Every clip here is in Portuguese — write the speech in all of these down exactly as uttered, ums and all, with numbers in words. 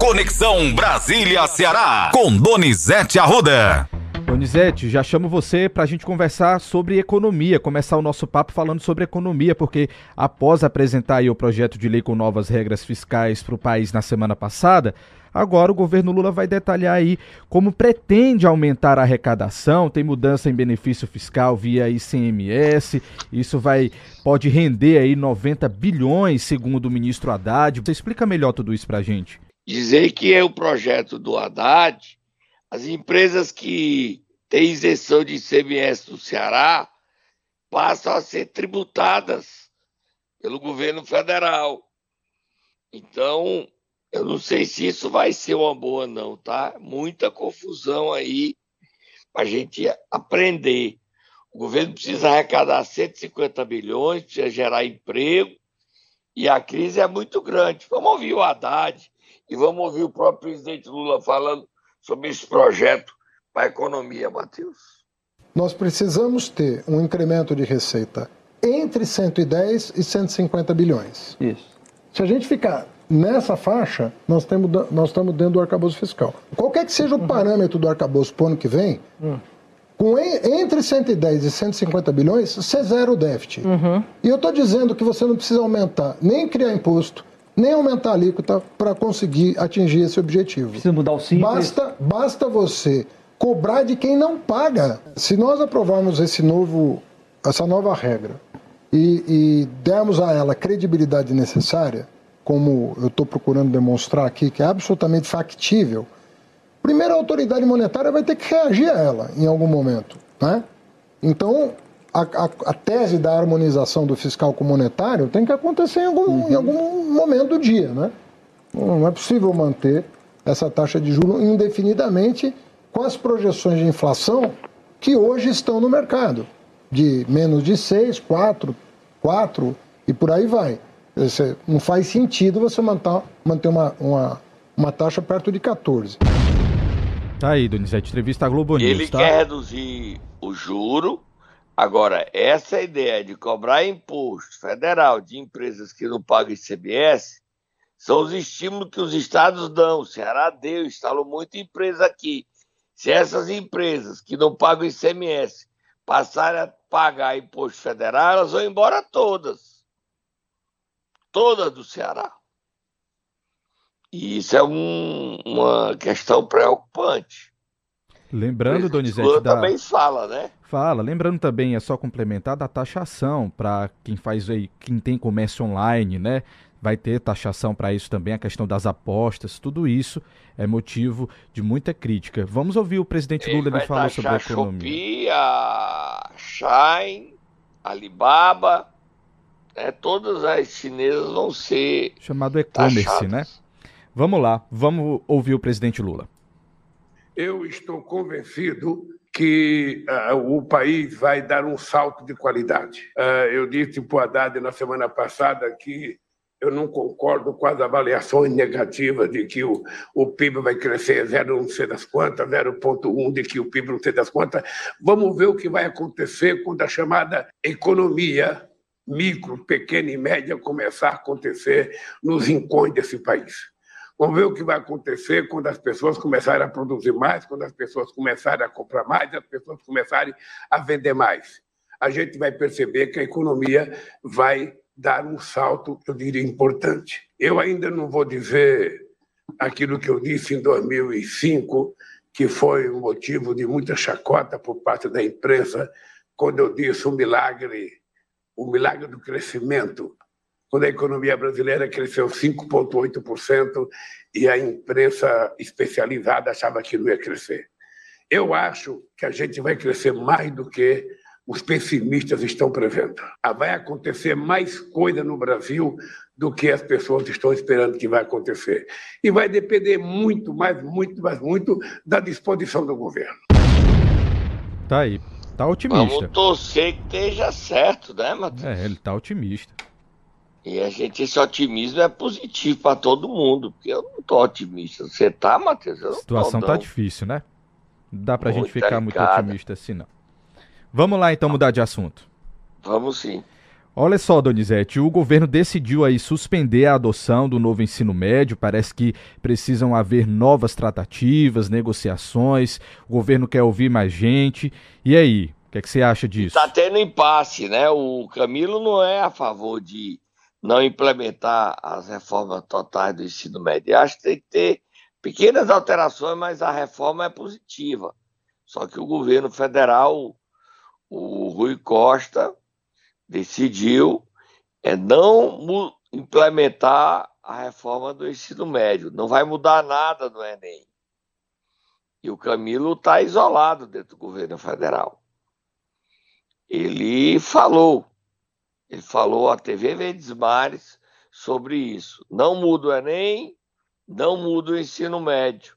Conexão Brasília-Ceará, com Donizete Arruda. Donizete, já chamo você para a gente conversar sobre economia, começar o nosso papo falando sobre economia, porque após apresentar aí o projeto de lei com novas regras fiscais para o país na semana passada, agora o governo Lula vai detalhar aí como pretende aumentar a arrecadação. Tem mudança em benefício fiscal via I C M S, isso vai, pode render aí noventa bilhões, segundo o ministro Haddad. Você explica melhor tudo isso para a gente. Dizer que é o projeto do Haddad, as empresas que têm isenção de I C M S no Ceará passam a ser tributadas pelo governo federal. Então, eu não sei se isso vai ser uma boa não, tá? Muita confusão aí para a gente aprender. O governo precisa arrecadar cento e cinquenta bilhões, precisa gerar emprego, e a crise é muito grande. Vamos ouvir o Haddad e vamos ouvir o próprio presidente Lula falando sobre esse projeto para a economia, Matheus. Nós precisamos ter um incremento de receita entre cento e dez e cento e cinquenta bilhões. Isso. Se a gente ficar nessa faixa, nós, temos, nós estamos dentro do arcabouço fiscal. Qualquer que seja o uhum. parâmetro do arcabouço para o ano que vem, uhum. com entre cento e dez e cento e cinquenta bilhões, você zera o déficit. Uhum. E eu estou dizendo que você não precisa aumentar, nem criar imposto, nem aumentar a alíquota para conseguir atingir esse objetivo. Precisa mudar o simples. Basta, basta você cobrar de quem não paga. Se nós aprovarmos esse novo, essa nova regra e, e dermos a ela a credibilidade necessária, como eu estou procurando demonstrar aqui, que é absolutamente factível, primeiro a autoridade monetária vai ter que reagir a ela em algum momento, né? Então, a, a, a tese da harmonização do fiscal com o monetário tem que acontecer em algum, uhum. em algum momento do dia, né? Não, não é possível manter essa taxa de juros indefinidamente com as projeções de inflação que hoje estão no mercado, de menos de seis, quatro, quatro e por aí vai. Não faz sentido você manter uma, uma, uma taxa perto de quatorze. Tá aí, Donizete, entrevista à Globo News, Ele tá? quer reduzir o juro. Agora, essa ideia de cobrar imposto federal de empresas que não pagam I C M S são os estímulos que os estados dão. O Ceará deu, instalou muita empresa aqui. Se essas empresas que não pagam I C M S passarem a pagar imposto federal, elas vão embora todas. Toda do Ceará. E isso é um, uma questão preocupante. Lembrando, Donizete, Lula da... também fala, né? Fala, lembrando também, é só complementar, da taxação para quem faz aí, quem tem comércio online, né? Vai ter taxação para isso também, a questão das apostas, tudo isso é motivo de muita crítica. Vamos ouvir o presidente Lula, ele, ele falou sobre a economia. Shopee, a Shine, Alibaba, é, todas as chinesas vão ser chamado e-commerce, taxadas, né? Vamos lá, vamos ouvir o presidente Lula. Eu estou convencido que uh, o país vai dar um salto de qualidade. Uh, eu disse para o Haddad na semana passada que eu não concordo com as avaliações negativas de que o, o P I B vai crescer zero não sei das quantas, zero vírgula um de que o P I B não sei das quantas. Vamos ver o que vai acontecer quando a chamada economia micro, pequena e média começar a acontecer nos rincões desse país. Vamos ver o que vai acontecer quando as pessoas começarem a produzir mais, quando as pessoas começarem a comprar mais, as pessoas começarem a vender mais. A gente vai perceber que a economia vai dar um salto, eu diria, importante. Eu ainda não vou dizer aquilo que eu disse em dois mil e cinco, que foi um motivo de muita chacota por parte da imprensa, quando eu disse o milagre, o milagre do crescimento, quando a economia brasileira cresceu cinco vírgula oito por cento e a imprensa especializada achava que não ia crescer. Eu acho que a gente vai crescer mais do que os pessimistas estão prevendo. Vai acontecer mais coisa no Brasil do que as pessoas estão esperando que vai acontecer. E vai depender muito, mais, muito, mais, muito da disposição do governo. Tá aí. Tá otimista. Vamos torcer que esteja certo, né, Matheus? É, ele tá otimista. E a gente, esse otimismo é positivo para todo mundo, porque eu não tô otimista. Você tá, Matheus? Eu a situação não tô, tá não. difícil, né? Não dá pra Muito gente ficar delicada. muito otimista assim, não. Vamos lá, então, mudar de assunto. Vamos sim. Olha só, Donizete, o governo decidiu aí suspender a adoção do novo ensino médio, parece que precisam haver novas tratativas, negociações, o governo quer ouvir mais gente, e aí, o que é que você acha disso? Está tendo impasse, né? O Camilo não é a favor de não implementar as reformas totais do ensino médio. Acho que tem que ter pequenas alterações, mas a reforma é positiva. Só que o governo federal, o Rui Costa, decidiu é, não implementar a reforma do ensino médio. Não vai mudar nada no Enem. E o Camilo está isolado dentro do governo federal. Ele falou, ele falou à T V Verdes Mares sobre isso. Não muda o Enem, não muda o ensino médio.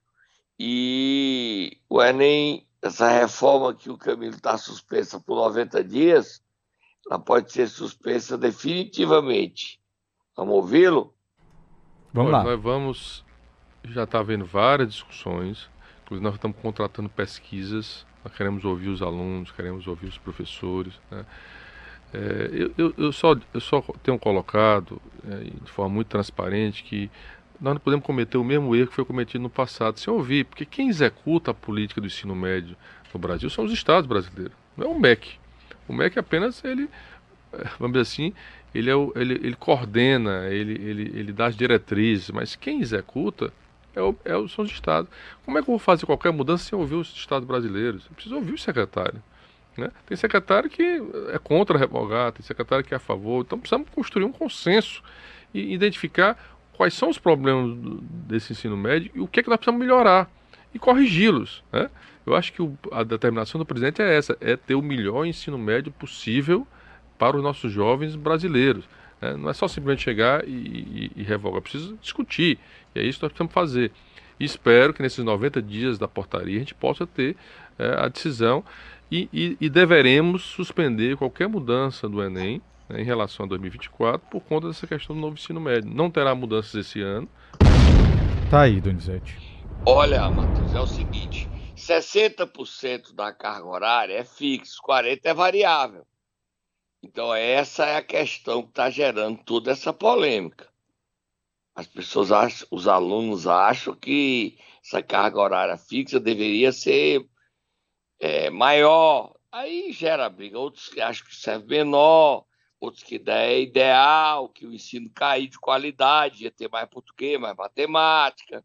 E o Enem, essa reforma que o Camilo está suspensa por noventa dias, ela pode ser suspensa definitivamente. Vamos ouvi-lo? Vamos Olha, lá. Nós vamos, já está havendo várias discussões, inclusive nós estamos contratando pesquisas, nós queremos ouvir os alunos, queremos ouvir os professores, né? É, eu, eu, eu, só, eu só tenho colocado é, de forma muito transparente que nós não podemos cometer o mesmo erro que foi cometido no passado, sem ouvir, porque quem executa a política do ensino médio no Brasil são os estados brasileiros, não é o M E C. O M E C apenas, ele, vamos dizer assim, ele, é o, ele, ele coordena, ele, ele, ele dá as diretrizes, mas quem executa é o, é o, são os estados. Como é que eu vou fazer qualquer mudança sem ouvir os estados brasileiros? Eu preciso ouvir o secretário, né? Tem secretário que é contra revogar, tem secretário que é a favor, então precisamos construir um consenso e identificar quais são os problemas do, desse ensino médio e o que é que nós precisamos melhorar e corrigi-los, né? Eu acho que o, a determinação do presidente é essa, é ter o melhor ensino médio possível para os nossos jovens brasileiros, né? Não é só simplesmente chegar e, e, e revogar, é preciso discutir, e é isso que nós precisamos fazer. E espero que nesses noventa dias da portaria a gente possa ter é, a decisão e, e, e deveremos suspender qualquer mudança do Enem, né, em relação a dois mil e vinte e quatro por conta dessa questão do novo ensino médio. Não terá mudanças esse ano. Tá aí, Donizete. Olha, Matheus, é o seguinte, sessenta por cento da carga horária é fixo, quarenta por cento é variável. Então essa é a questão que está gerando toda essa polêmica. As pessoas acham, os alunos acham que essa carga horária fixa deveria ser é, maior. Aí gera briga. Outros que acham que serve menor, outros que é ideal, que o ensino cair de qualidade, ia ter mais português, mais matemática.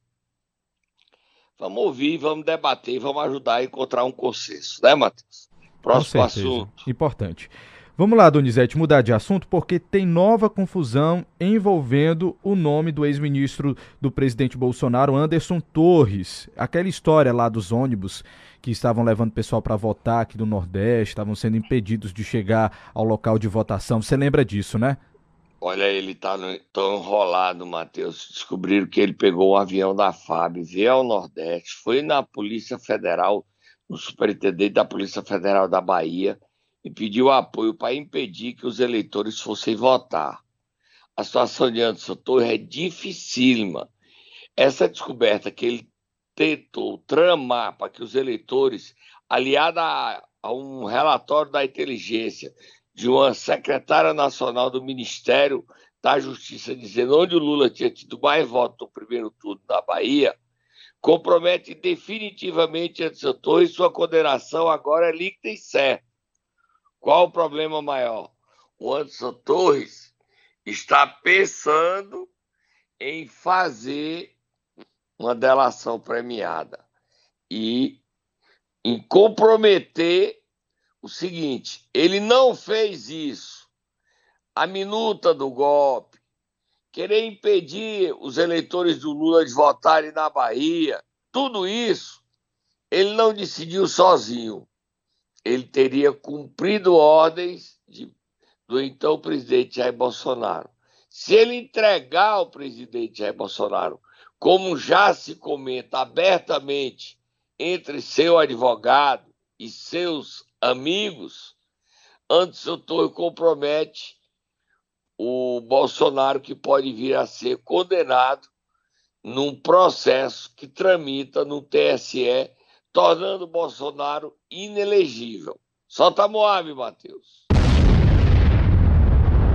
Vamos ouvir, vamos debater, vamos ajudar a encontrar um consenso, né, Matheus? Próximo assunto. Importante. Vamos lá, Donizete, mudar de assunto, porque tem nova confusão envolvendo o nome do ex-ministro do presidente Bolsonaro, Anderson Torres. Aquela história lá dos ônibus que estavam levando o pessoal para votar aqui do Nordeste, estavam sendo impedidos de chegar ao local de votação. Você lembra disso, né? Olha, ele tá no, tão enrolado, Matheus. Descobriram que ele pegou um avião da F A B, veio ao Nordeste, foi na Polícia Federal, no superintendente da Polícia Federal da Bahia, e pediu apoio para impedir que os eleitores fossem votar. A situação de Anderson Torres é dificílima. Essa descoberta que ele tentou tramar para que os eleitores, aliada a, a um relatório da inteligência de uma secretária nacional do Ministério da Justiça, dizendo onde o Lula tinha tido mais votos no primeiro turno da Bahia, compromete definitivamente Anderson Torres, sua condenação agora é líquida e certa. Qual o problema maior? O Anderson Torres está pensando em fazer uma delação premiada e em comprometer o seguinte: ele não fez isso. A minuta do golpe, querer impedir os eleitores do Lula de votarem na Bahia, tudo isso ele não decidiu sozinho. Ele teria cumprido ordens de, do então presidente Jair Bolsonaro. Se ele entregar ao presidente Jair Bolsonaro, como já se comenta abertamente entre seu advogado e seus amigos, Anderson Torres compromete o Bolsonaro, que pode vir a ser condenado num processo que tramita no T S E, tornando o Bolsonaro inelegível. Solta a Moab, Matheus.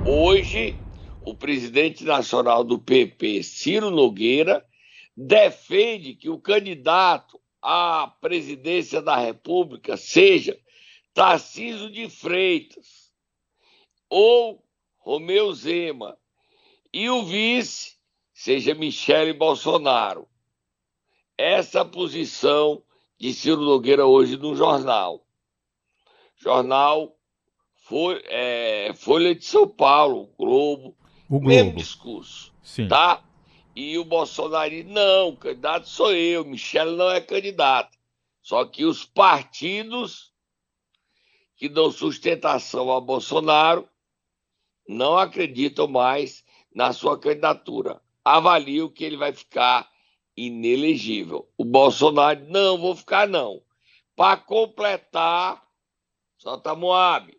Hoje, o presidente nacional do P P, Ciro Nogueira, defende que o candidato à presidência da República seja Tarcísio de Freitas ou Romeu Zema e o vice seja Michele Bolsonaro. Essa posição de Ciro Nogueira hoje no jornal. Jornal Folha, é, Folha de São Paulo, Globo, O Globo. mesmo discurso, Sim. tá? E o Bolsonaro diz, não, o candidato sou eu, Michele não é candidata. Só que os partidos que dão sustentação a Bolsonaro não acreditam mais na sua candidatura. Avaliam que ele vai ficar inelegível. O Bolsonaro, não, vou ficar não. Para completar, solta Moab.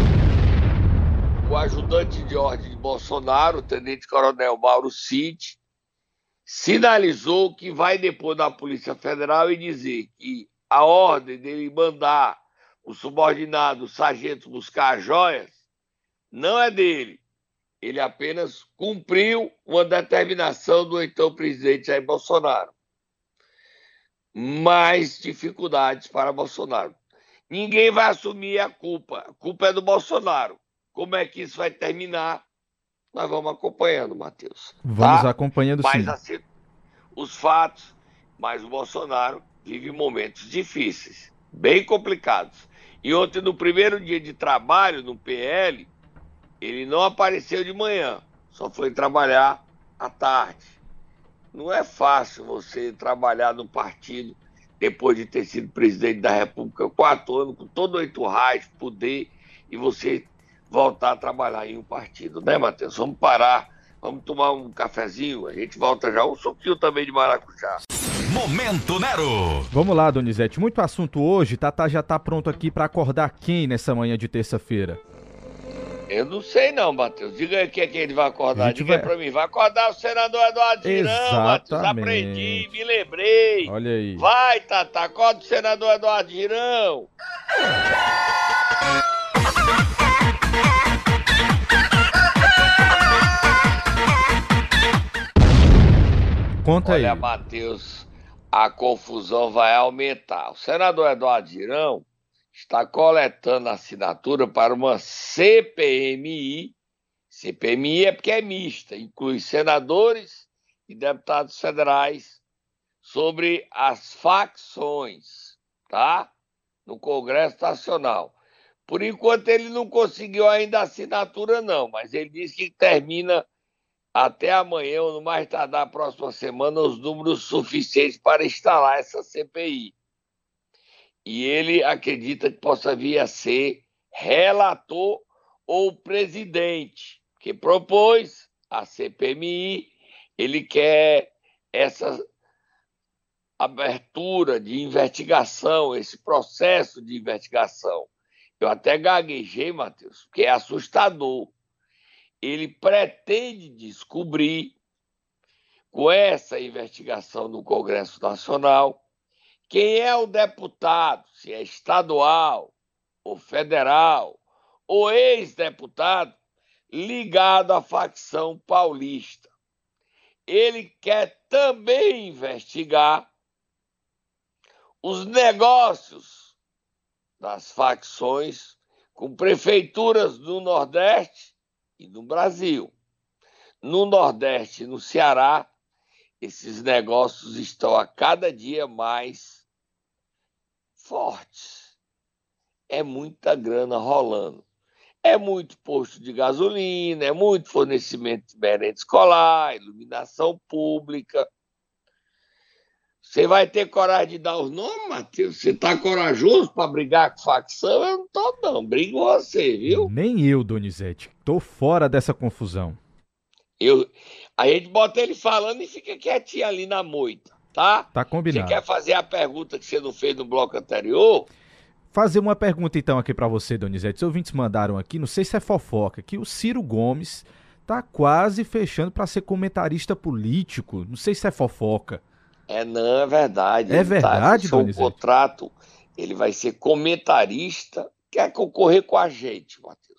O ajudante de ordem de Bolsonaro, o tenente-coronel Mauro Cid, sinalizou que vai depor da Polícia Federal e dizer que a ordem dele mandar o subordinado, o sargento, buscar as joias, não é dele. Ele apenas cumpriu uma determinação do então presidente Jair Bolsonaro. Mais dificuldades para Bolsonaro. Ninguém vai assumir a culpa. A culpa é do Bolsonaro. Como é que isso vai terminar? Nós vamos acompanhando, Matheus. Vamos tá? acompanhando, mas, sim. Assim, os fatos, mas o Bolsonaro vive momentos difíceis, bem complicados. E ontem, no primeiro dia de trabalho no P L, ele não apareceu de manhã, só foi trabalhar à tarde. Não é fácil você trabalhar no partido depois de ter sido presidente da República quatro anos, com todo o entourage, poder, e você voltar a trabalhar em um partido, né, Matheus? Vamos parar, vamos tomar um cafezinho, a gente volta já, um suquinho também de maracujá. Momento Nero. Vamos lá, Donizete, muito assunto hoje. Tatá já tá pronto aqui para acordar quem nessa manhã de terça-feira? Eu não sei não, Matheus. Diga aí o que é que ele vai acordar. Diga vai... aí pra mim. Vai acordar o senador Eduardo Girão, Matheus. Aprendi, me lembrei. Olha aí. Vai, Tatá. Acorda o senador Eduardo Girão. Conta Olha, aí. Matheus, a confusão vai aumentar. O senador Eduardo Girão está coletando assinatura para uma C P M I. C P M I é porque é mista, inclui senadores e deputados federais sobre as facções, tá? No Congresso Nacional. Por enquanto ele não conseguiu ainda a assinatura não, mas ele disse que termina até amanhã ou no mais tardar a próxima semana os números suficientes para instalar essa C P I. E ele acredita que possa vir a ser relator ou presidente, que propôs a C P M I, ele quer essa abertura de investigação, esse processo de investigação. Eu até gaguejei, Matheus, porque é assustador. Ele pretende descobrir, com essa investigação no Congresso Nacional, quem é o deputado, se é estadual ou federal, ou ex-deputado, ligado à facção paulista. Ele quer também investigar os negócios das facções com prefeituras do Nordeste e no Brasil. No Nordeste e no Ceará, esses negócios estão a cada dia mais fortes. É muita grana rolando. É muito posto de gasolina, é muito fornecimento de merenda escolar, iluminação pública. Você vai ter coragem de dar os nomes, Matheus? Você tá corajoso para brigar com facção? Eu não tô, não. Brigo você, viu? Nem eu, Donizete. Tô fora dessa confusão. Eu... A gente bota ele falando e fica quietinho ali na moita, tá? Tá combinado. Você quer fazer a pergunta que você não fez no bloco anterior? Fazer uma pergunta então aqui pra você, Donizete. Os ouvintes mandaram aqui, não sei se é fofoca, que o Ciro Gomes tá quase fechando pra ser comentarista político. Não sei se é fofoca. É, não, é verdade. É verdade, tá, Donizete? O contrato, ele vai ser comentarista, quer concorrer com a gente, Matheus.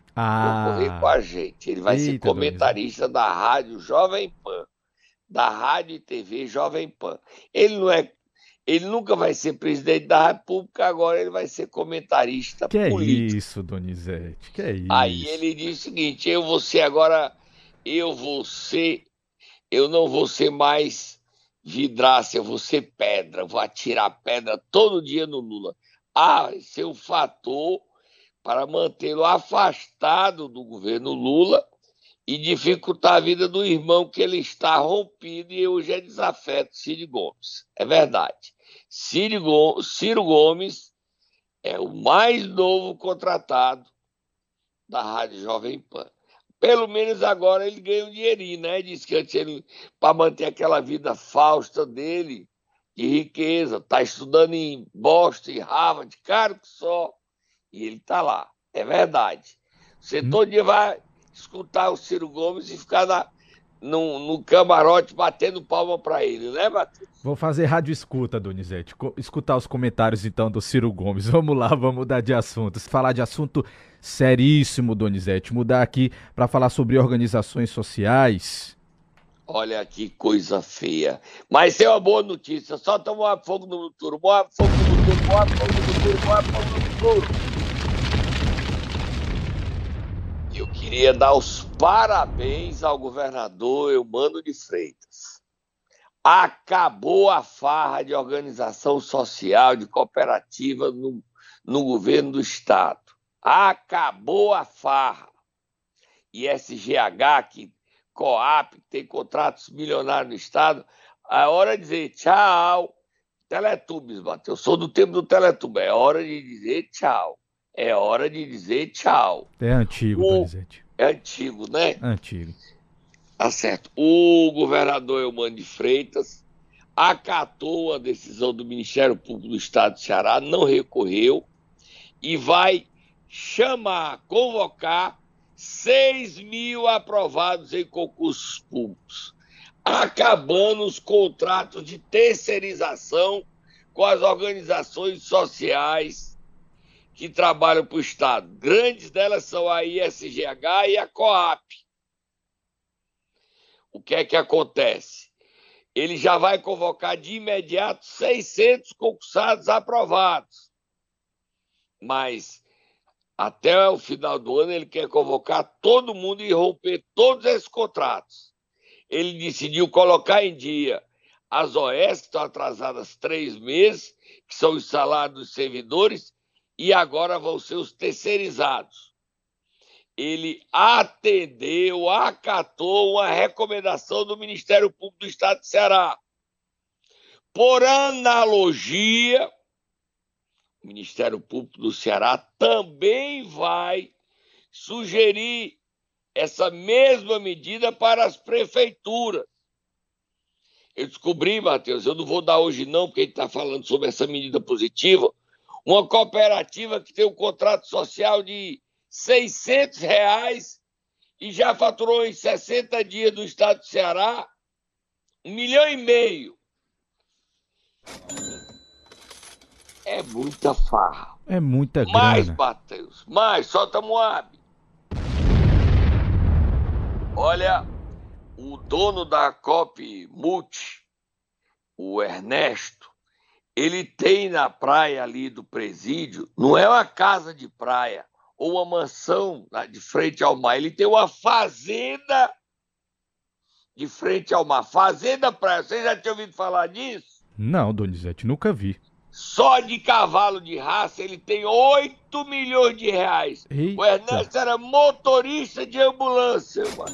concorrer com Ah, a gente. Ele vai ser eita, Donizete. comentarista da rádio Jovem Pan, da rádio e T V Jovem Pan. Ele não é, ele nunca vai ser presidente da República, agora ele vai ser comentarista Que é político. isso, Donizete? Que é Aí isso? ele diz o seguinte: eu vou ser agora, eu vou ser, eu não vou ser mais vidraça, eu vou ser pedra, eu vou atirar pedra todo dia no Lula. Ah, vai ser um fator para mantê-lo afastado do governo Lula e dificultar a vida do irmão que ele está rompido e hoje é desafeto, Ciro Gomes. É verdade. Ciro, Go- Ciro Gomes é o mais novo contratado da Rádio Jovem Pan. Pelo menos agora ele ganha um dinheirinho, né? Diz que antes ele, para manter aquela vida fausta dele, de riqueza, tá estudando em Boston, em Harvard, caro que só, e ele tá lá. É verdade. Você Hum, todo dia vai escutar o Ciro Gomes e ficar na, no, no camarote batendo palma para ele, né, Matheus? Vou fazer rádio escuta, Donizete. Co- escutar os comentários então do Ciro Gomes. Vamos lá, vamos mudar de assunto. Falar de assunto seríssimo, Donizete. Mudar aqui para falar sobre organizações sociais. Olha que coisa feia. Mas tem uma boa notícia. Só tomar fogo no futuro. Moa fogo no futuro, moa fogo no futuro, moa fogo no futuro. Eu queria dar os parabéns ao governador Eumano de Freitas. Acabou a farra de organização social, de cooperativa no, no governo do estado. Acabou a farra. E S G H, que Coap, que tem contratos milionários no estado, a hora de dizer tchau. Teletubbies, Matheus. Eu sou do tempo do Teletubbies. É hora de dizer tchau. É hora de dizer tchau. É antigo, O... Donizete. É antigo, né? Antigo. Tá certo. O governador Eumano de Freitas acatou a decisão do Ministério Público do Estado de Ceará, não recorreu e vai chamar, convocar seis mil aprovados em concursos públicos, acabando os contratos de terceirização com as organizações sociais que trabalham para o Estado. Grandes delas são a I S G H e a Coap. O que é que acontece? Ele já vai convocar de imediato seiscentos concursados aprovados. Mas até o final do ano ele quer convocar todo mundo e romper todos esses contratos. Ele decidiu colocar em dia as O S, que estão atrasadas três meses, que são os salários dos servidores, e agora vão ser os terceirizados. Ele atendeu, acatou uma recomendação do Ministério Público do Estado de Ceará. Por analogia, o Ministério Público do Ceará também vai sugerir essa mesma medida para as prefeituras. Eu descobri, Matheus, eu não vou dar hoje não, porque ele está falando sobre essa medida positiva, uma cooperativa que tem um contrato social de seiscentos reais e já faturou em sessenta dias do estado do Ceará um milhão e meio. É muita farra. É muita Mais, grana. Matheus, mais, solta Moab. Olha, o dono da Coop Multi, o Ernesto, ele tem na praia ali do presídio, não é uma casa de praia ou uma mansão de frente ao mar, ele tem uma fazenda de frente ao mar, fazenda praia. Você já tinha ouvido falar disso? Não, Donizete, nunca vi. Só de cavalo de raça ele tem oito milhões de reais. Eita. O Ernesto era motorista de ambulância, mano.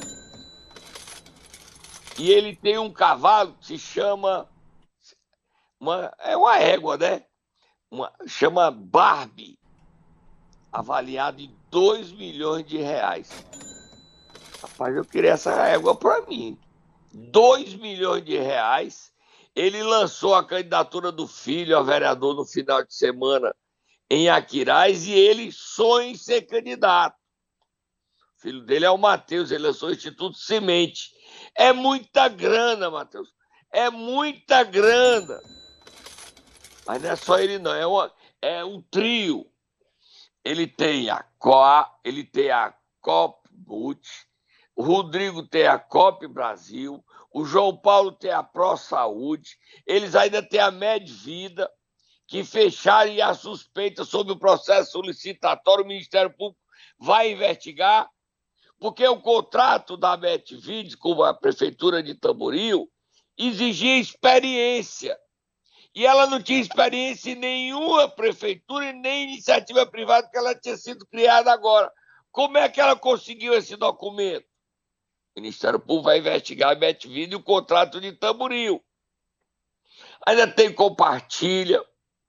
E ele tem um cavalo que se chama... Uma, é uma égua, né? Uma, chama Barbie, avaliado em dois milhões de reais. Rapaz, eu queria essa égua para mim. dois milhões de reais. Ele lançou a candidatura do filho a vereador no final de semana em Aquiraz e ele sonha em ser candidato. O filho dele é o Matheus, ele lançou o Instituto Semente. É muita grana, Matheus. É muita grana. Mas não é só ele, não. É, uma, é um trio. Ele tem a Coa, ele tem a Cop Multi, o Rodrigo tem a Cop Brasil, o João Paulo tem a Pro Saúde, eles ainda têm a Medvida, que fecharam e a suspeita sobre o processo licitatório, o Ministério Público vai investigar, porque o contrato da Medvida com a Prefeitura de Tamboril exigia experiência. E ela não tinha experiência em nenhuma prefeitura e nem iniciativa privada, porque ela tinha sido criada agora. Como é que ela conseguiu esse documento? O Ministério Público vai investigar a Medvida e o contrato de Tamboril. Ainda tem compartilha.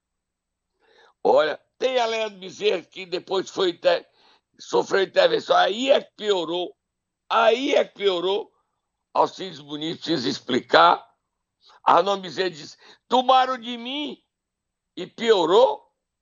Olha, tem a Leandro Bezerra, que depois foi inter... sofreu intervenção. Aí é que piorou. Aí é que piorou. Alcides Bonito precisa explicar. Arnaldo Bezerra disse, tomaram de mim e piorou.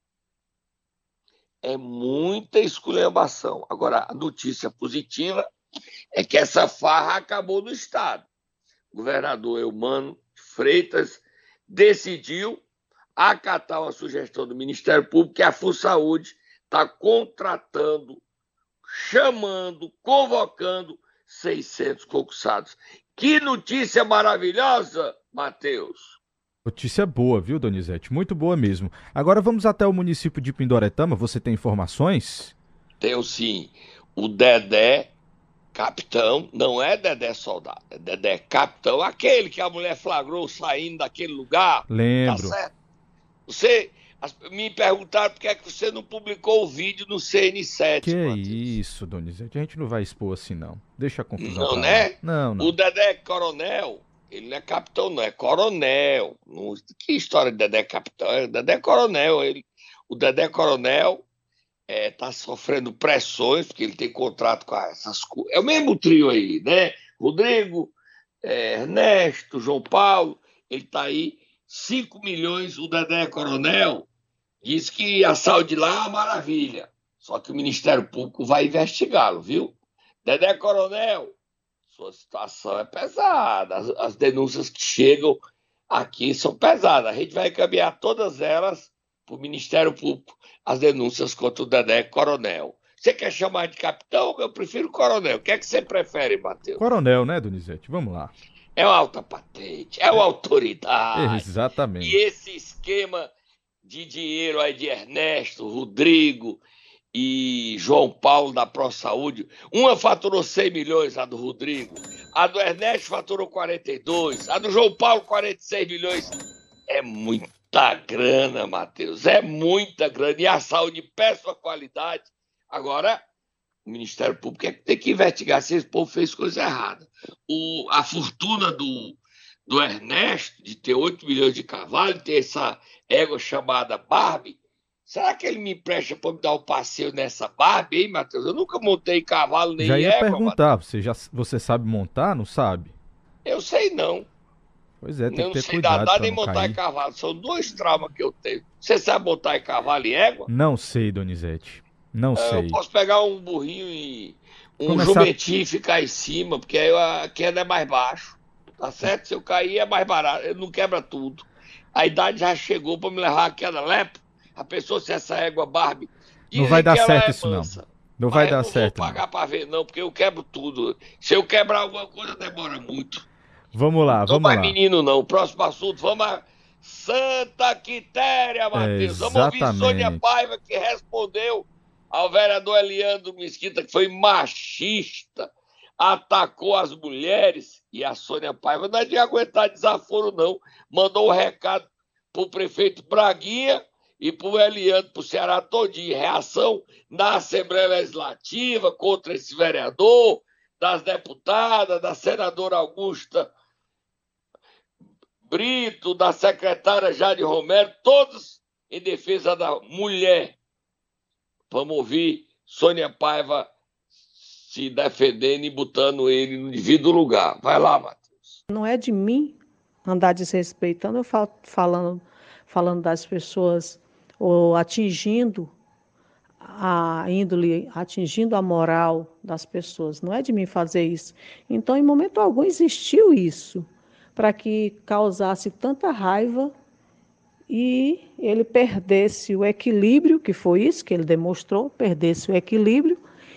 É muita esculhambação. Agora, a notícia positiva é que essa farra acabou no Estado. O governador Eumano Freitas decidiu acatar uma sugestão do Ministério Público que a FUNSaúde está contratando, chamando, convocando seiscentos concursados. Que notícia maravilhosa, Matheus! Notícia boa, viu, Donizete? Muito boa mesmo. Agora vamos até o município de Pindoretama. Você tem informações? Tenho sim. O Dedé Capitão, não é Dedé Soldado, é Dedé Capitão, aquele que a mulher flagrou saindo daquele lugar. Lembro. Tá certo? Você, as, me perguntaram por que é que você não publicou o vídeo no C N sete. Que Matheus. isso, Donizete, a gente não vai expor assim, não. Deixa a confusão. Não, pra né? lá. Não, não. O Dedé Coronel, ele não é capitão, não, é coronel. Não, que história de Dedé Capitão? É Dedé Coronel. Ele, o Dedé Coronel está é, sofrendo pressões, porque ele tem contrato com essas coisas. É o mesmo trio aí, né? Rodrigo, é, Ernesto, João Paulo, ele está aí. cinco milhões, o Dedé Coronel diz que a saúde lá é uma maravilha. Só que o Ministério Público vai investigá-lo, viu? Dedé Coronel, sua situação é pesada. As, as denúncias que chegam aqui são pesadas. A gente vai encaminhar todas elas para o Ministério Público, as denúncias contra o Dedé Coronel. Você quer chamar de capitão? Eu prefiro coronel. O que é que você prefere, Matheus? Coronel, né, Donizete? Vamos lá. É uma alta patente, é uma autoridade. Exatamente. E esse esquema de dinheiro aí de Ernesto, Rodrigo e João Paulo da Pro Saúde, uma faturou cem milhões, a do Rodrigo, a do Ernesto faturou quarenta e dois, a do João Paulo quarenta e seis milhões. É muita grana, Matheus, é muita grana. E a saúde de péssima qualidade. Agora, o Ministério Público é que tem que investigar se esse povo fez coisa errada. O, a fortuna do, do Ernesto, de ter oito milhões de cavalos, ter essa égua chamada Barbie, será que ele me empresta para me dar um passeio nessa Barbie, hein, Matheus? Eu nunca montei cavalo nem já ia égua, perguntar, você, já, você sabe montar, não sabe? Eu sei não. Pois é, tem eu que ter não sei cuidado nadar pra nem não montar cair. em cavalo. São dois traumas que eu tenho. Você sabe montar em cavalo e égua? Não sei, Donizete. Não É, sei. eu posso pegar um burrinho e um Começar- jumentinho e ficar em cima, porque aí a queda é mais baixo. Tá certo? Se eu cair é mais barato. Ele não quebra tudo. A idade já chegou para me levar a queda lepo. A pessoa, se essa égua Barbie. Não dizem vai dar que ela certo é isso, não. mansa, Não vai mas dar eu certo. Não vou não. pagar para ver, não, porque eu quebro tudo. Se eu quebrar alguma coisa, demora muito. Vamos lá, Não vamos mais lá. menino, não. Próximo assunto, vamos a Santa Quitéria, Matheus. Vamos ouvir Exatamente. Sônia Paiva, que respondeu ao vereador Eliandro Mesquita, que foi machista, atacou as mulheres, e a Sônia Paiva não é de aguentar desaforo, não. Mandou um recado para o prefeito Braguinha e para o Eliandro, para o Ceará todinho. Reação na Assembleia Legislativa contra esse vereador, das deputadas, da senadora Augusta Brito, da secretária Jade Romero, todos em defesa da mulher. Vamos ouvir Sônia Paiva se defendendo e botando ele no devido lugar. Vai lá, Matheus. Não é de mim andar desrespeitando, eu falo, falando, falando das pessoas, ou atingindo a índole, atingindo a moral das pessoas. Não é de mim fazer isso. Então, em momento algum, existiu isso, para que causasse tanta raiva e ele perdesse o equilíbrio, que foi isso que ele demonstrou, perdesse o equilíbrio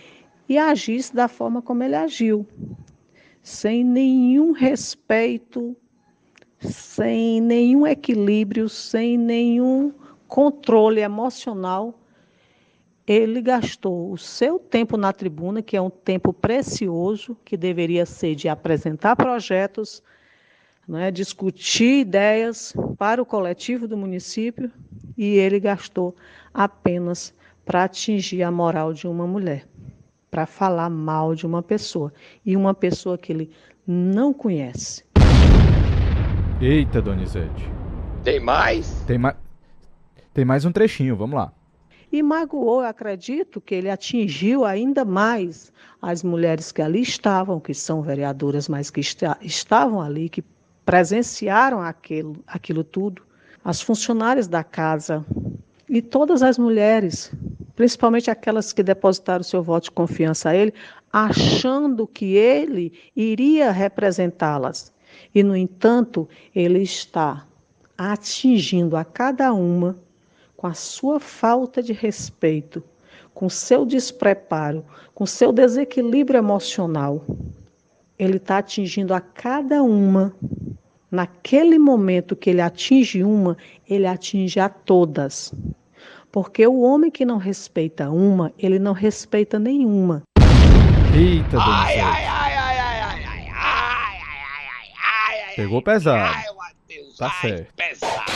e agisse da forma como ele agiu, sem nenhum respeito, sem nenhum equilíbrio, sem nenhum controle emocional. Ele gastou o seu tempo na tribuna, que é um tempo precioso, que deveria ser de apresentar projetos, né, discutir ideias para o coletivo do município, e ele gastou apenas para atingir a moral de uma mulher, para falar mal de uma pessoa, e uma pessoa que ele não conhece. Eita, Donizete. Tem mais? Tem, ma... Tem mais um trechinho, vamos lá. E magoou, eu acredito que ele atingiu ainda mais as mulheres que ali estavam, que são vereadoras, mas que está, estavam ali, que presenciaram aquilo, aquilo tudo, as funcionárias da casa e todas as mulheres, principalmente aquelas que depositaram seu voto de confiança a ele, achando que ele iria representá-las. E, no entanto, ele está atingindo a cada uma com a sua falta de respeito, com seu despreparo, com seu desequilíbrio emocional. Ele está atingindo a cada uma. Naquele momento que ele atinge uma, ele atinge a todas. Porque o homem que não respeita uma, ele não respeita nenhuma. Eita, Donizete. Ai, ai, ai, ai, ai, ai, ai, ai, ai, ai, ai, ai, Pegou pesado. ai, Matheus, Tá ai, certo. pesado.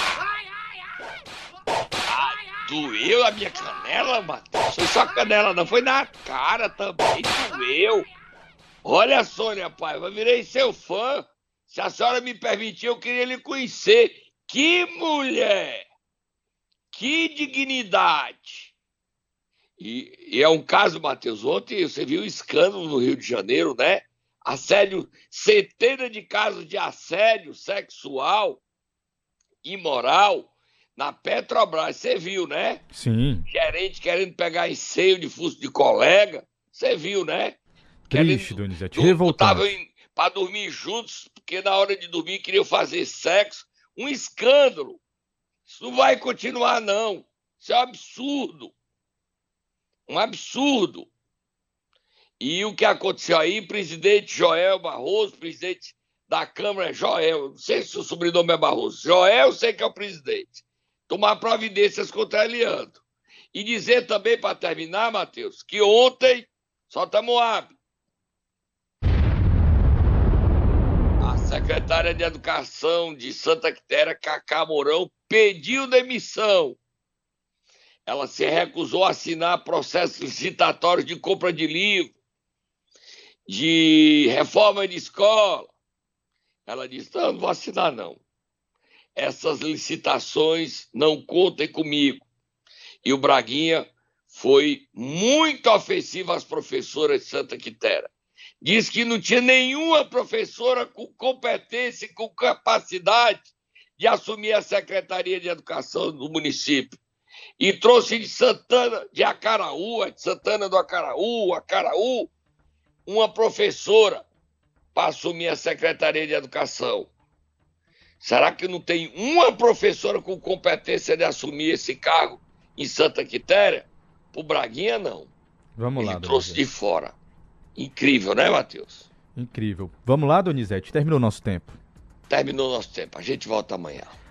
Ai, doeu a minha canela, Matheus. Foi só a canela, não foi na cara também, doeu. Olha, Sônia Paiva, eu virei seu fã. Se a senhora me permitir, eu queria lhe conhecer. Que mulher! Que dignidade! E, e é um caso, Matheus, ontem você viu o escândalo no Rio de Janeiro, né? Assédio, centenas de casos de assédio sexual imoral na Petrobras. Você viu, né? Sim. Gerente querendo pegar enseio de fusto de colega. Você viu, né? Triste, Querendo, Donizete. Revoltante. para dormir juntos, porque na hora de dormir queriam fazer sexo. Um escândalo. Isso não vai continuar, não. Isso é um absurdo. Um absurdo. E o que aconteceu aí, presidente Joel Barroso, presidente da Câmara é Joel, não sei se o sobrenome é Barroso. Joel, eu sei que é o presidente. Tomar providências contra Eliandro. E dizer também, para terminar, Matheus, que ontem, solta Moab, a secretária de Educação de Santa Quitéria, Cacá Mourão, pediu demissão. Ela se recusou a assinar processos licitatórios de compra de livro, de reforma de escola. Ela disse, não, não vou assinar, não. Essas licitações não contem comigo. E o Braguinha foi muito ofensivo às professoras de Santa Quitéria. Diz que não tinha nenhuma professora com competência e com capacidade de assumir a Secretaria de Educação do município. E trouxe de Santana, de Acaraú, de Santana do Acaraú, Acaraú, uma professora para assumir a Secretaria de Educação. Será que não tem uma professora com competência de assumir esse cargo em Santa Quitéria? Pro Braguinha, não. Vamos Ele lá, trouxe Donizete. de fora. Incrível, né, Matheus? Incrível. Vamos lá, Donizete. Terminou o nosso tempo. Terminou nosso tempo. A gente volta amanhã.